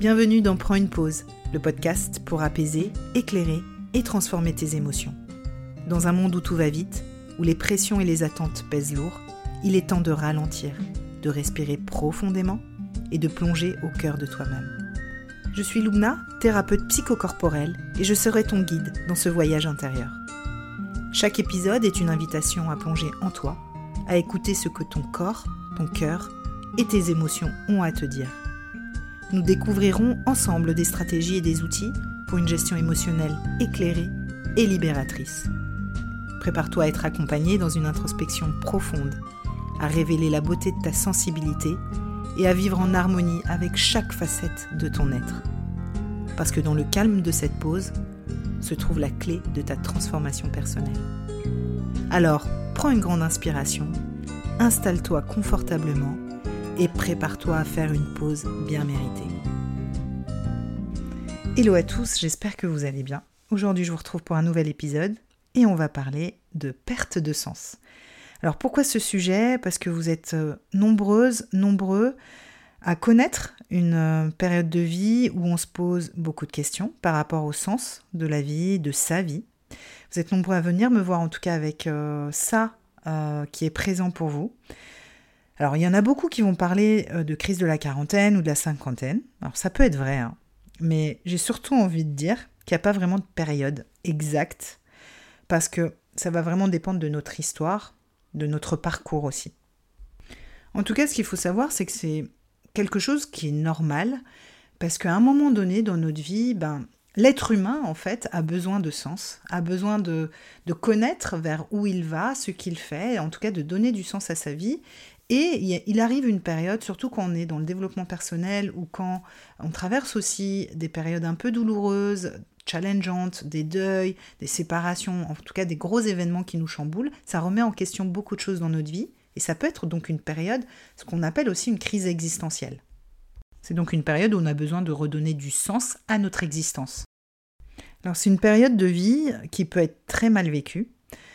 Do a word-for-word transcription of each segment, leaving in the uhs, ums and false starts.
Bienvenue dans Prends une pause, le podcast pour apaiser, éclairer et transformer tes émotions. Dans un monde où tout va vite, où les pressions et les attentes pèsent lourd, il est temps de ralentir, de respirer profondément et de plonger au cœur de toi-même. Je suis Lubna, thérapeute psychocorporelle, et je serai ton guide dans ce voyage intérieur. Chaque épisode est une invitation à plonger en toi, à écouter ce que ton corps, ton cœur et tes émotions ont à te dire. Nous découvrirons ensemble des stratégies et des outils pour une gestion émotionnelle éclairée et libératrice. Prépare-toi à être accompagné dans une introspection profonde, à révéler la beauté de ta sensibilité et à vivre en harmonie avec chaque facette de ton être. Parce que dans le calme de cette pause se trouve la clé de ta transformation personnelle. Alors, prends une grande inspiration, installe-toi confortablement et prépare-toi à faire une pause bien méritée. Hello à tous, j'espère que vous allez bien. Aujourd'hui, je vous retrouve pour un nouvel épisode et on va parler de perte de sens. Alors pourquoi ce sujet ? Parce que vous êtes nombreuses, nombreux à connaître une période de vie où on se pose beaucoup de questions par rapport au sens de la vie, de sa vie. Vous êtes nombreux à venir me voir en tout cas avec euh, ça euh, qui est présent pour vous. Alors, il y en a beaucoup qui vont parler de crise de la quarantaine ou de la cinquantaine. Alors, ça peut être vrai, hein, mais j'ai surtout envie de dire qu'il n'y a pas vraiment de période exacte parce que ça va vraiment dépendre de notre histoire, de notre parcours aussi. En tout cas, ce qu'il faut savoir, c'est que c'est quelque chose qui est normal parce qu'à un moment donné dans notre vie, ben, l'être humain, en fait, a besoin de sens, a besoin de, de connaître vers où il va, ce qu'il fait, en tout cas de donner du sens à sa vie. Et il arrive une période, surtout quand on est dans le développement personnel ou quand on traverse aussi des périodes un peu douloureuses, challengeantes, des deuils, des séparations, en tout cas des gros événements qui nous chamboulent, ça remet en question beaucoup de choses dans notre vie et ça peut être donc une période, ce qu'on appelle aussi une crise existentielle. C'est donc une période où on a besoin de redonner du sens à notre existence. Alors c'est une période de vie qui peut être très mal vécue,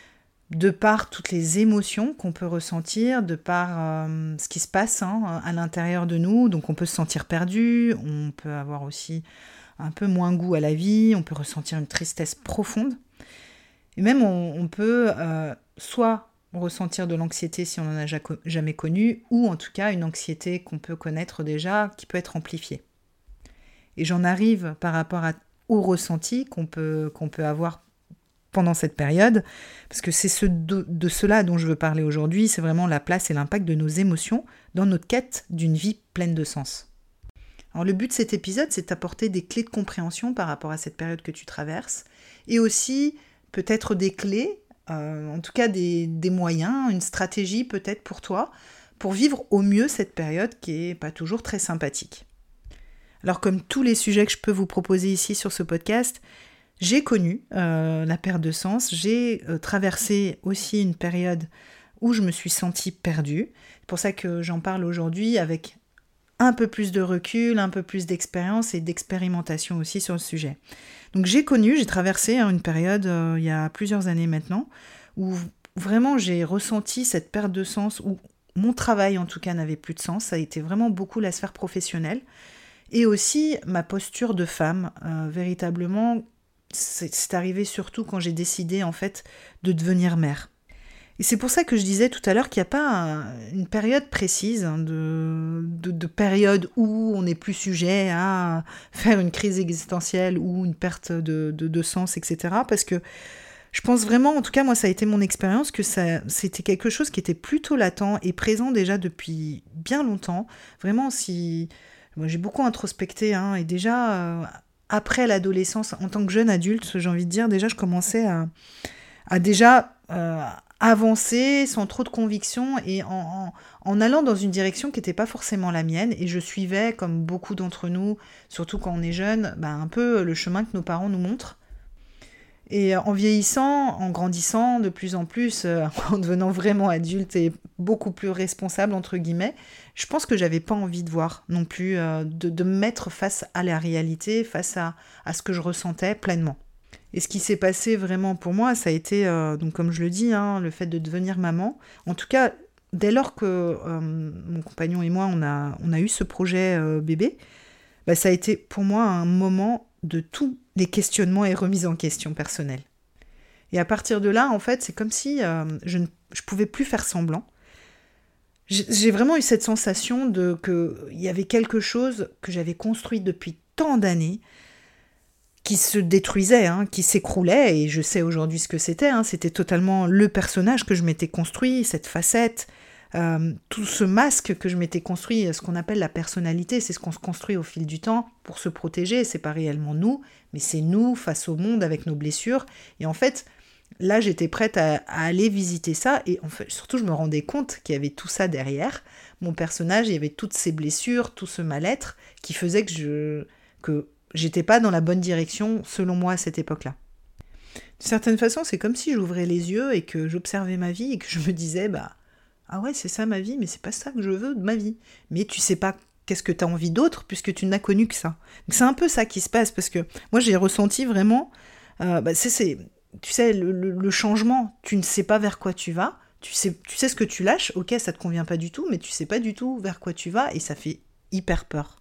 de par toutes les émotions qu'on peut ressentir, de par euh, ce qui se passe hein, à l'intérieur de nous. Donc on peut se sentir perdu, on peut avoir aussi un peu moins goût à la vie, on peut ressentir une tristesse profonde. Et même on, on peut euh, soit ressentir de l'anxiété si on n'en a jamais connu, ou en tout cas une anxiété qu'on peut connaître déjà, qui peut être amplifiée. Et j'en arrive par rapport à, au ressenti qu'on peut, qu'on peut avoir pendant cette période, parce que c'est ce de, de cela dont je veux parler aujourd'hui, c'est vraiment la place et l'impact de nos émotions dans notre quête d'une vie pleine de sens. Alors le but de cet épisode, c'est d'apporter des clés de compréhension par rapport à cette période que tu traverses, et aussi peut-être des clés, euh, en tout cas des, des moyens, une stratégie peut-être pour toi, pour vivre au mieux cette période qui n'est pas toujours très sympathique. Alors comme tous les sujets que je peux vous proposer ici sur ce podcast, j'ai connu euh, la perte de sens, j'ai euh, traversé aussi une période où je me suis sentie perdue. C'est pour ça que j'en parle aujourd'hui avec un peu plus de recul, un peu plus d'expérience et d'expérimentation aussi sur le sujet. Donc j'ai connu, j'ai traversé hein, une période euh, il y a plusieurs années maintenant où vraiment j'ai ressenti cette perte de sens, où mon travail en tout cas n'avait plus de sens. Ça a été vraiment beaucoup la sphère professionnelle et aussi ma posture de femme, euh, véritablement. C'est, c'est arrivé surtout quand j'ai décidé en fait de devenir mère. Et c'est pour ça que je disais tout à l'heure qu'il n'y a pas un, une période précise hein, de, de, de période où on n'est plus sujet à faire une crise existentielle ou une perte de, de, de sens, et cetera. Parce que je pense vraiment, en tout cas moi ça a été mon expérience, que ça, c'était quelque chose qui était plutôt latent et présent déjà depuis bien longtemps. Vraiment, si moi j'ai beaucoup introspecté hein, et déjà... Euh, après l'adolescence, en tant que jeune adulte, j'ai envie de dire, déjà, je commençais à, à déjà euh, avancer sans trop de conviction et en, en, en allant dans une direction qui n'était pas forcément la mienne. Et je suivais, comme beaucoup d'entre nous, surtout quand on est jeune, bah, un peu le chemin que nos parents nous montrent. Et en vieillissant, en grandissant de plus en plus, euh, en devenant vraiment adulte et beaucoup plus responsable, entre guillemets, je pense que j'avais pas envie de voir non plus, euh, de, de me mettre face à la réalité, face à, à ce que je ressentais pleinement. Et ce qui s'est passé vraiment pour moi, ça a été, euh, donc comme je le dis, hein, le fait de devenir maman. En tout cas, dès lors que euh, mon compagnon et moi, on a, on a eu ce projet euh, bébé, bah, ça a été pour moi un moment de tous les questionnements et remises en question personnelles. Et à partir de là, en fait, c'est comme si euh, je ne je pouvais plus faire semblant. J'ai, j'ai vraiment eu cette sensation de qu'il y avait quelque chose que j'avais construit depuis tant d'années qui se détruisait, hein, qui s'écroulait, et je sais aujourd'hui ce que c'était. Hein, c'était totalement le personnage que je m'étais construit, cette facette, euh, tout ce masque que je m'étais construit, ce qu'on appelle la personnalité, c'est ce qu'on se construit au fil du temps pour se protéger. C'est pas réellement nous, mais c'est nous face au monde avec nos blessures. Et en fait, là, j'étais prête à, à aller visiter ça, et en fait, surtout, je me rendais compte qu'il y avait tout ça derrière. Mon personnage, il y avait toutes ces blessures, tout ce mal-être qui faisait que je... que j'étais pas dans la bonne direction, selon moi, à cette époque-là. De certaine façon, c'est comme si j'ouvrais les yeux et que j'observais ma vie et que je me disais, bah, ah ouais, c'est ça ma vie, mais c'est pas ça que je veux de ma vie. Mais tu sais pas qu'est-ce que tu as envie d'autre puisque tu n'as connu que ça. Donc c'est un peu ça qui se passe, parce que moi, j'ai ressenti vraiment, euh, bah, c'est, c'est, tu sais, le, le, le changement, tu ne sais pas vers quoi tu vas, tu sais, tu sais ce que tu lâches, ok, ça te convient pas du tout, mais tu sais pas du tout vers quoi tu vas, et ça fait hyper peur.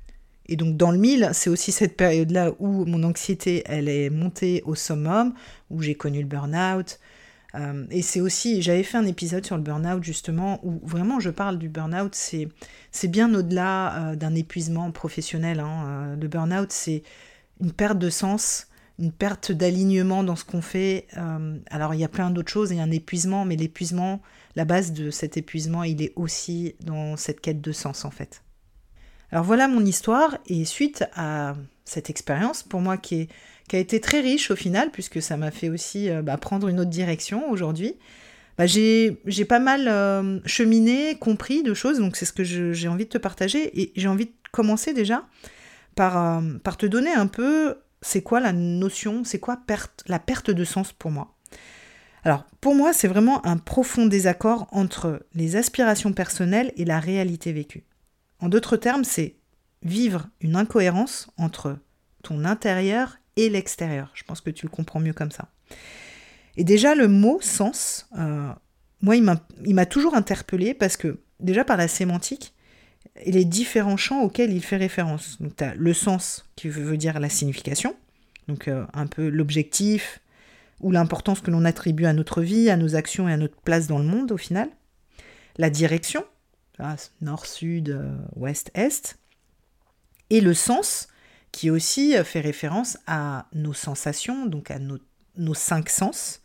Et donc dans le mille, c'est aussi cette période-là où mon anxiété, elle est montée au summum, où j'ai connu le burn-out. Euh, et c'est aussi, j'avais fait un épisode sur le burn-out justement, où vraiment je parle du burn-out, c'est, c'est bien au-delà euh, d'un épuisement professionnel. Hein. Euh, le burn-out, c'est une perte de sens, une perte d'alignement dans ce qu'on fait. Euh, alors il y a plein d'autres choses, il y a un épuisement, mais l'épuisement, la base de cet épuisement, il est aussi dans cette quête de sens en fait. Alors voilà mon histoire, et suite à cette expérience, pour moi qui, est, qui a été très riche au final, puisque ça m'a fait aussi euh, bah, prendre une autre direction aujourd'hui, bah, j'ai, j'ai pas mal euh, cheminé, compris de choses, donc c'est ce que je, j'ai envie de te partager, et j'ai envie de commencer déjà par, euh, par te donner un peu, c'est quoi la notion, c'est quoi perte, la perte de sens pour moi. Alors pour moi, c'est vraiment un profond désaccord entre les aspirations personnelles et la réalité vécue. En d'autres termes, c'est vivre une incohérence entre ton intérieur et l'extérieur. Je pense que tu le comprends mieux comme ça. Et déjà, le mot « sens euh, », moi, il m'a, il m'a toujours interpellée parce que, déjà par la sémantique, et les différents champs auxquels il fait référence. Donc, tu as le sens qui veut dire la signification, donc euh, un peu l'objectif ou l'importance que l'on attribue à notre vie, à nos actions et à notre place dans le monde, au final. La direction, nord, sud, euh, ouest, est, et le sens, qui aussi fait référence à nos sensations, donc à nos, nos cinq sens.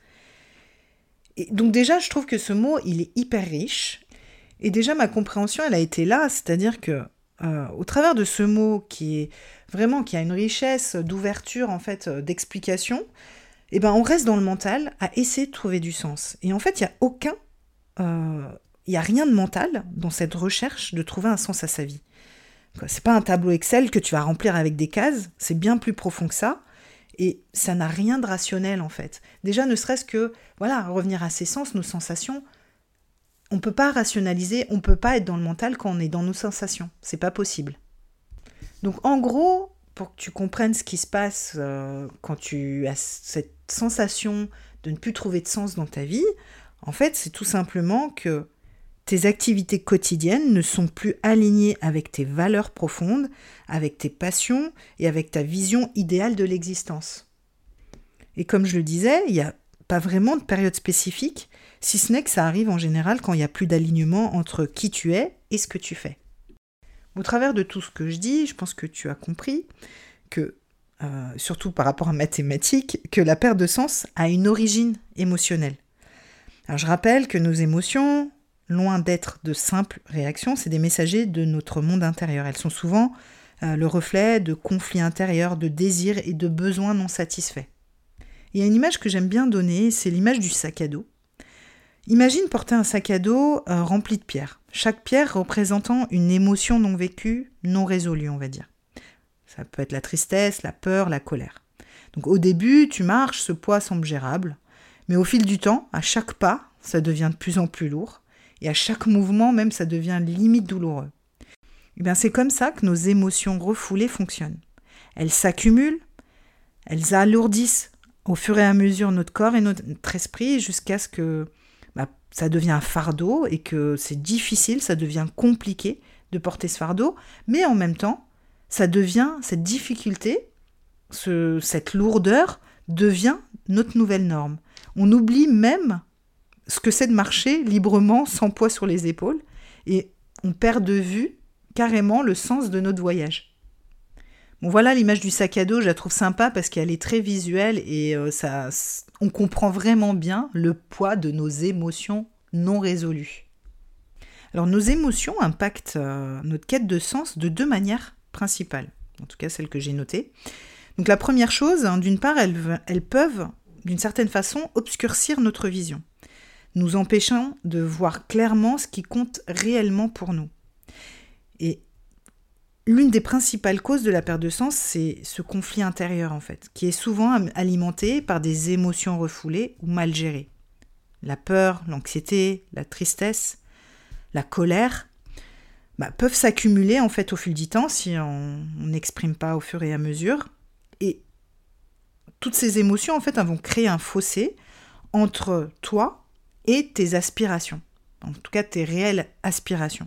Et donc déjà, je trouve que ce mot, il est hyper riche, et déjà ma compréhension, elle a été là, c'est-à-dire que euh, au travers de ce mot qui est vraiment, qui a une richesse d'ouverture, en fait, d'explication, eh ben, on reste dans le mental à essayer de trouver du sens. Et en fait, il n'y a aucun... Euh, Il n'y a rien de mental dans cette recherche de trouver un sens à sa vie. C'est pas un tableau Excel que tu vas remplir avec des cases, c'est bien plus profond que ça, et ça n'a rien de rationnel en fait. Déjà, ne serait-ce que, voilà, revenir à ses sens, nos sensations, on ne peut pas rationaliser, on ne peut pas être dans le mental quand on est dans nos sensations, c'est pas possible. Donc en gros, pour que tu comprennes ce qui se passe euh, quand tu as cette sensation de ne plus trouver de sens dans ta vie, en fait, c'est tout simplement que tes activités quotidiennes ne sont plus alignées avec tes valeurs profondes, avec tes passions et avec ta vision idéale de l'existence. Et comme je le disais, il n'y a pas vraiment de période spécifique, si ce n'est que ça arrive en général quand il n'y a plus d'alignement entre qui tu es et ce que tu fais. Au travers de tout ce que je dis, je pense que tu as compris que, euh, surtout par rapport à mathématiques, que la perte de sens a une origine émotionnelle. Alors je rappelle que nos émotions, loin d'être de simples réactions, c'est des messagers de notre monde intérieur. Elles sont souvent euh, le reflet de conflits intérieurs, de désirs et de besoins non satisfaits. Il y a une image que j'aime bien donner, c'est l'image du sac à dos. Imagine porter un sac à dos euh, rempli de pierres, chaque pierre représentant une émotion non vécue, non résolue, on va dire. Ça peut être la tristesse, la peur, la colère. Donc au début, tu marches, ce poids semble gérable, mais au fil du temps, à chaque pas, ça devient de plus en plus lourd. Et à chaque mouvement, même, ça devient limite douloureux. Et bien, c'est comme ça que nos émotions refoulées fonctionnent. Elles s'accumulent, elles alourdissent au fur et à mesure notre corps et notre esprit jusqu'à ce que bah, ça devient un fardeau et que c'est difficile, ça devient compliqué de porter ce fardeau. Mais en même temps, ça devient, cette difficulté, ce, cette lourdeur devient notre nouvelle norme. On oublie même ce que c'est de marcher librement, sans poids sur les épaules, et on perd de vue carrément le sens de notre voyage. Bon, voilà, l'image du sac à dos, je la trouve sympa parce qu'elle est très visuelle et euh, ça, on comprend vraiment bien le poids de nos émotions non résolues. Alors, nos émotions impactent euh, notre quête de sens de deux manières principales, en tout cas celles que j'ai notées. Donc, la première chose, hein, d'une part, elles, elles peuvent, d'une certaine façon, obscurcir notre vision, nous empêchant de voir clairement ce qui compte réellement pour nous. Et l'une des principales causes de la perte de sens, c'est ce conflit intérieur, en fait, qui est souvent alimenté par des émotions refoulées ou mal gérées. La peur, l'anxiété, la tristesse, la colère bah, peuvent s'accumuler, en fait, au fil du temps, si on n'exprime pas au fur et à mesure. Et toutes ces émotions, en fait, elles vont créer un fossé entre toi et tes aspirations. En tout cas, tes réelles aspirations.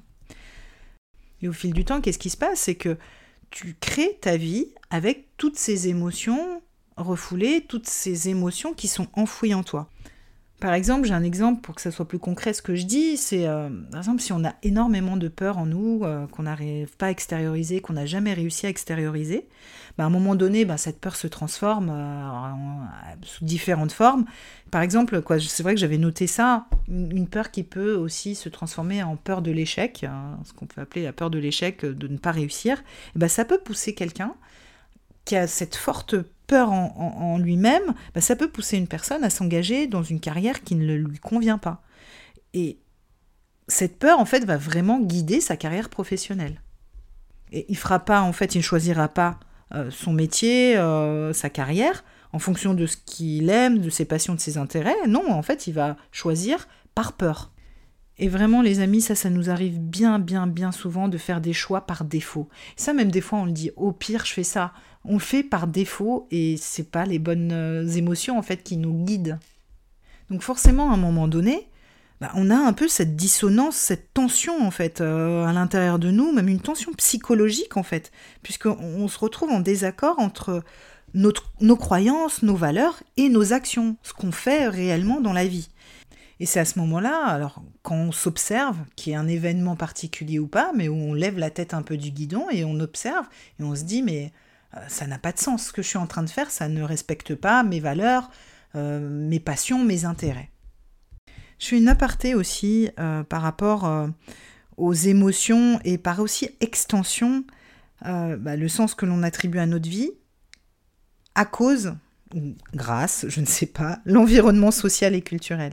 Et au fil du temps, qu'est-ce qui se passe ? C'est que tu crées ta vie avec toutes ces émotions refoulées, toutes ces émotions qui sont enfouies en toi. Par exemple, j'ai un exemple pour que ça soit plus concret ce que je dis, c'est euh, par exemple si on a énormément de peur en nous, euh, qu'on n'arrive pas à extérioriser, qu'on n'a jamais réussi à extérioriser, bah, à un moment donné, bah, cette peur se transforme euh, en, en, sous différentes formes. Par exemple, quoi, c'est vrai que j'avais noté ça, une, une peur qui peut aussi se transformer en peur de l'échec, hein, ce qu'on peut appeler la peur de l'échec, de ne pas réussir. Et bah, ça peut pousser quelqu'un qui a cette forte peur en, en, en lui-même, bah, ça peut pousser une personne à s'engager dans une carrière qui ne lui convient pas. Et cette peur, en fait, va vraiment guider sa carrière professionnelle. Et il fera pas, en fait, il ne choisira pas euh, son métier, euh, sa carrière, en fonction de ce qu'il aime, de ses passions, de ses intérêts. Non, en fait, il va choisir par peur. Et vraiment, les amis, ça, ça nous arrive bien, bien, bien souvent de faire des choix par défaut. Ça, même des fois, on le dit, au pire, je fais ça. On le fait par défaut et c'est pas les bonnes émotions, en fait, qui nous guident. Donc forcément, à un moment donné, bah, on a un peu cette dissonance, cette tension, en fait, euh, à l'intérieur de nous, même une tension psychologique, en fait, puisqu'on on se retrouve en désaccord entre notre, nos croyances, nos valeurs et nos actions, ce qu'on fait réellement dans la vie. Et c'est à ce moment-là, alors quand on s'observe, qu'il y ait un événement particulier ou pas, mais où on lève la tête un peu du guidon et on observe, et on se dit, mais euh, ça n'a pas de sens, ce que je suis en train de faire, ça ne respecte pas mes valeurs, euh, mes passions, mes intérêts. Je fais une aparté aussi euh, par rapport euh, aux émotions et par aussi extension, euh, bah, le sens que l'on attribue à notre vie, à cause, ou grâce, je ne sais pas, l'environnement social et culturel.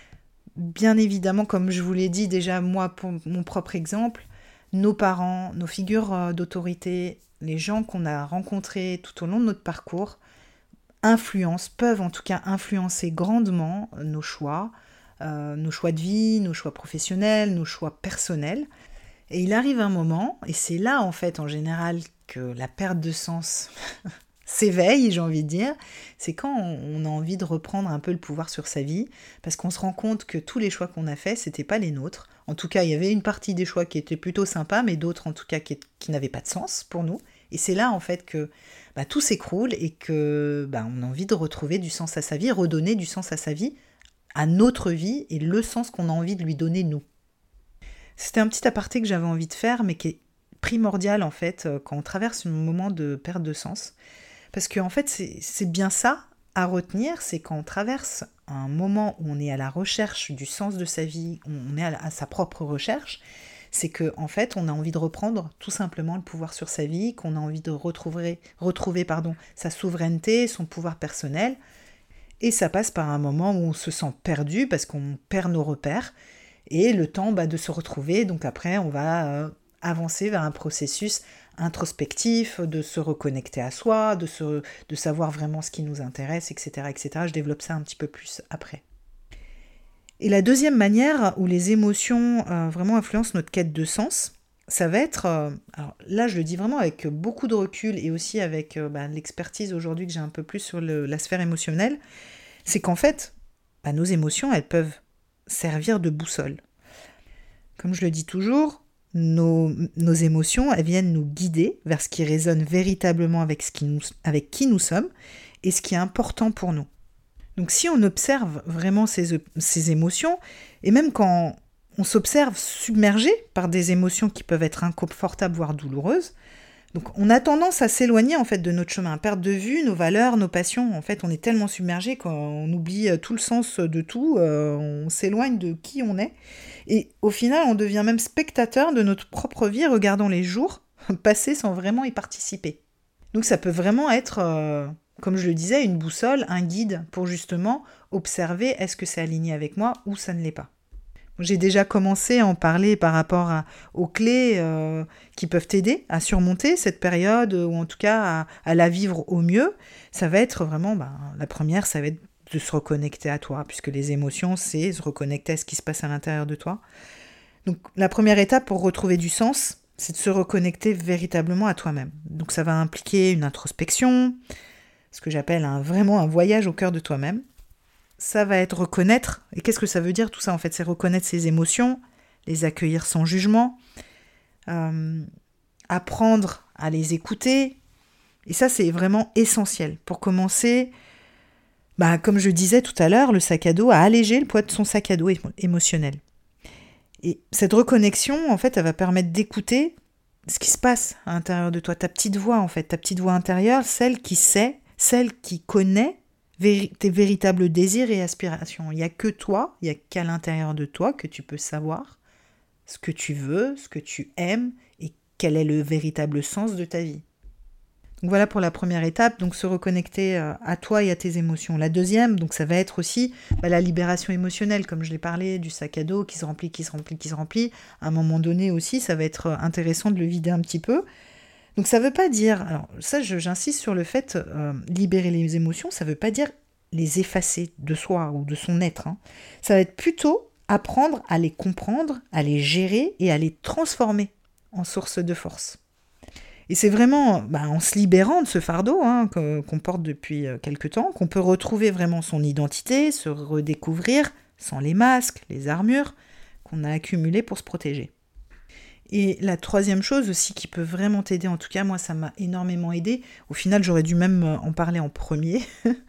Bien évidemment, comme je vous l'ai dit déjà, moi, pour mon propre exemple, nos parents, nos figures d'autorité, les gens qu'on a rencontrés tout au long de notre parcours, influencent, peuvent en tout cas influencer grandement nos choix, euh, nos choix de vie, nos choix professionnels, nos choix personnels. Et il arrive un moment, et c'est là en fait en général que la perte de sens s'éveille, j'ai envie de dire, c'est quand on a envie de reprendre un peu le pouvoir sur sa vie, parce qu'on se rend compte que tous les choix qu'on a faits, c'était pas les nôtres. En tout cas, il y avait une partie des choix qui étaient plutôt sympas, mais d'autres en tout cas qui, qui n'avaient pas de sens pour nous. Et c'est là en fait que bah, tout s'écroule et que bah, on a envie de retrouver du sens à sa vie, redonner du sens à sa vie, à notre vie et le sens qu'on a envie de lui donner nous. C'était un petit aparté que j'avais envie de faire, mais qui est primordial en fait quand on traverse un moment de perte de sens. Parce qu'en en fait, c'est, c'est bien ça à retenir, c'est quand on traverse un moment où on est à la recherche du sens de sa vie, où on est à, la, à sa propre recherche, c'est qu'en en fait, on a envie de reprendre tout simplement le pouvoir sur sa vie, qu'on a envie de retrouver, retrouver pardon, sa souveraineté, son pouvoir personnel. Et ça passe par un moment où on se sent perdu parce qu'on perd nos repères. Et le temps bah, de se retrouver, donc après, on va euh, avancer vers un processus introspectif, de se reconnecter à soi, de, se, de savoir vraiment ce qui nous intéresse, et cetera, et cetera. Je développe ça un petit peu plus après. Et la deuxième manière où les émotions euh, vraiment influencent notre quête de sens, ça va être, euh, alors là je le dis vraiment avec beaucoup de recul et aussi avec euh, bah, l'expertise aujourd'hui que j'ai un peu plus sur le, la sphère émotionnelle, c'est qu'en fait, bah, nos émotions, elles peuvent servir de boussole. Comme je le dis toujours, nos, nos émotions, elles viennent nous guider vers ce qui résonne véritablement avec, ce qui nous, avec qui nous sommes et ce qui est important pour nous. Donc si on observe vraiment ces, ces émotions, et même quand on s'observe submergé par des émotions qui peuvent être inconfortables, voire douloureuses, donc on a tendance à s'éloigner en fait de notre chemin, à perdre de vue nos valeurs, nos passions. En fait, on est tellement submergé qu'on oublie tout le sens de tout, euh, on s'éloigne de qui on est. Et au final, on devient même spectateur de notre propre vie, regardant les jours passer sans vraiment y participer. Donc ça peut vraiment être, euh, comme je le disais, une boussole, un guide pour justement observer est-ce que c'est aligné avec moi ou ça ne l'est pas. J'ai déjà commencé à en parler par rapport à, aux clés euh, qui peuvent t'aider à surmonter cette période, ou en tout cas à, à la vivre au mieux. Ça va être vraiment, ben, la première, ça va être de se reconnecter à toi, puisque les émotions, c'est se reconnecter à ce qui se passe à l'intérieur de toi. Donc la première étape pour retrouver du sens, c'est de se reconnecter véritablement à toi-même. Donc ça va impliquer une introspection, ce que j'appelle un, vraiment un voyage au cœur de toi-même. Ça va être reconnaître, et qu'est-ce que ça veut dire tout ça en fait? C'est reconnaître ses émotions, les accueillir sans jugement, euh, apprendre à les écouter, et ça c'est vraiment essentiel pour commencer, bah, comme je disais tout à l'heure, le sac à dos, à alléger le poids de son sac à dos émo- émotionnel. Et cette reconnexion en fait, elle va permettre d'écouter ce qui se passe à l'intérieur de toi, ta petite voix en fait, ta petite voix intérieure, celle qui sait, celle qui connaît tes véritables désirs et aspirations. Il n'y a que toi, il n'y a qu'à l'intérieur de toi que tu peux savoir ce que tu veux, ce que tu aimes et quel est le véritable sens de ta vie. Donc voilà pour la première étape, donc se reconnecter à toi et à tes émotions. La deuxième, donc ça va être aussi bah, la libération émotionnelle, comme je l'ai parlé, du sac à dos qui se remplit, qui se remplit, qui se remplit. À un moment donné aussi, ça va être intéressant de le vider un petit peu. Donc ça ne veut pas dire, alors ça je, j'insiste sur le fait, euh, libérer les émotions, ça ne veut pas dire les effacer de soi ou de son être. Hein. Ça va être plutôt apprendre à les comprendre, à les gérer et à les transformer en source de force. Et c'est vraiment bah, en se libérant de ce fardeau hein, que, qu'on porte depuis quelque temps, qu'on peut retrouver vraiment son identité, se redécouvrir sans les masques, les armures qu'on a accumulées pour se protéger. Et la troisième chose aussi qui peut vraiment t'aider, en tout cas moi ça m'a énormément aidé, au final j'aurais dû même en parler en premier,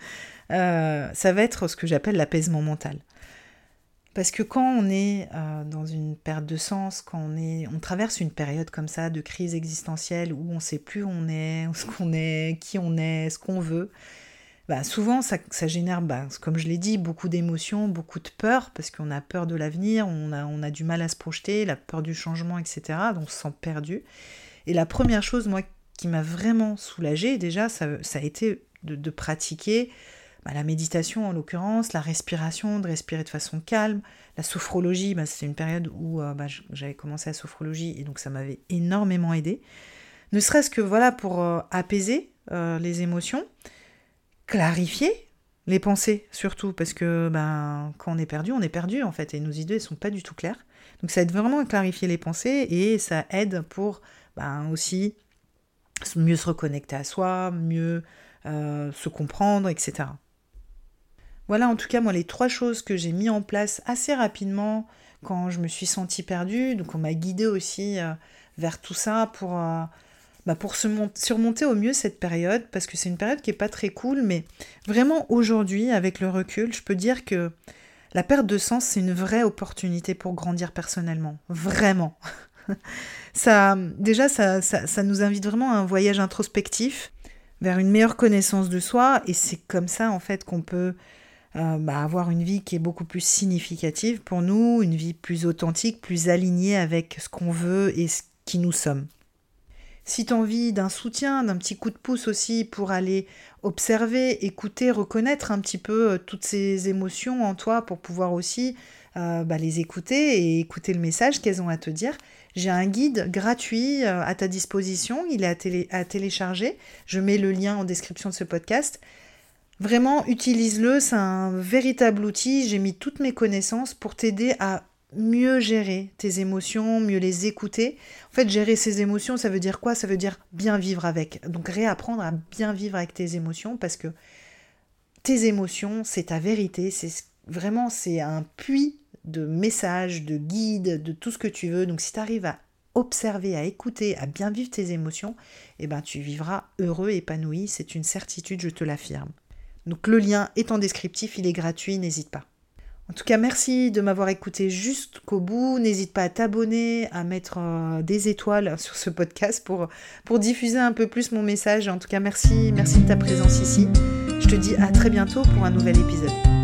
euh, ça va être ce que j'appelle l'apaisement mental. Parce que quand on est euh, dans une perte de sens, quand on, est, on traverse une période comme ça de crise existentielle où on ne sait plus où on est, ce qu'on est, qui on est, ce qu'on veut, bah souvent ça, ça génère, bah, comme je l'ai dit, beaucoup d'émotions, beaucoup de peur, parce qu'on a peur de l'avenir, on a, on a du mal à se projeter, la peur du changement, et cetera. Donc on se sent perdu. Et la première chose, moi, qui m'a vraiment soulagée, déjà, ça, ça a été de, de pratiquer bah, la méditation en l'occurrence, la respiration, de respirer de façon calme, la sophrologie, bah, c'était une période où euh, bah, j'avais commencé la sophrologie et donc ça m'avait énormément aidée. Ne serait-ce que voilà pour euh, apaiser euh, les émotions, clarifier les pensées surtout, parce que ben, quand on est perdu, on est perdu en fait, et nos idées ne sont pas du tout claires. Donc ça aide vraiment à clarifier les pensées, et ça aide pour ben, aussi mieux se reconnecter à soi, mieux euh, se comprendre, et cetera. Voilà en tout cas moi les trois choses que j'ai mis en place assez rapidement quand je me suis sentie perdue. Donc on m'a guidée aussi euh, vers tout ça pour... Euh, Bah pour se mont- surmonter au mieux cette période, parce que c'est une période qui n'est pas très cool, mais vraiment aujourd'hui, avec le recul, je peux dire que la perte de sens, c'est une vraie opportunité pour grandir personnellement. Vraiment. ça, déjà, ça, ça, ça nous invite vraiment à un voyage introspectif vers une meilleure connaissance de soi, et c'est comme ça, en fait, qu'on peut euh, bah, avoir une vie qui est beaucoup plus significative pour nous, une vie plus authentique, plus alignée avec ce qu'on veut et ce qui nous sommes. Si tu as envie d'un soutien, d'un petit coup de pouce aussi pour aller observer, écouter, reconnaître un petit peu euh, toutes ces émotions en toi pour pouvoir aussi euh, bah, les écouter et écouter le message qu'elles ont à te dire, j'ai un guide gratuit euh, à ta disposition, il est à, télé- à télécharger, je mets le lien en description de ce podcast. Vraiment, utilise-le, c'est un véritable outil, j'ai mis toutes mes connaissances pour t'aider à mieux gérer tes émotions, mieux les écouter. En fait, gérer ses émotions, ça veut dire quoi? Ça veut dire bien vivre avec. Donc, réapprendre à bien vivre avec tes émotions, parce que tes émotions, c'est ta vérité. C'est vraiment, c'est un puits de messages, de guides, de tout ce que tu veux. Donc, si tu arrives à observer, à écouter, à bien vivre tes émotions, eh ben, tu vivras heureux, épanoui, c'est une certitude, je te l'affirme. Donc le lien est en descriptif, il est gratuit, n'hésite pas. En tout cas, merci de m'avoir écouté jusqu'au bout. N'hésite pas à t'abonner, à mettre euh, des étoiles sur ce podcast pour, pour diffuser un peu plus mon message. En tout cas, merci, merci de ta présence ici. Je te dis à très bientôt pour un nouvel épisode.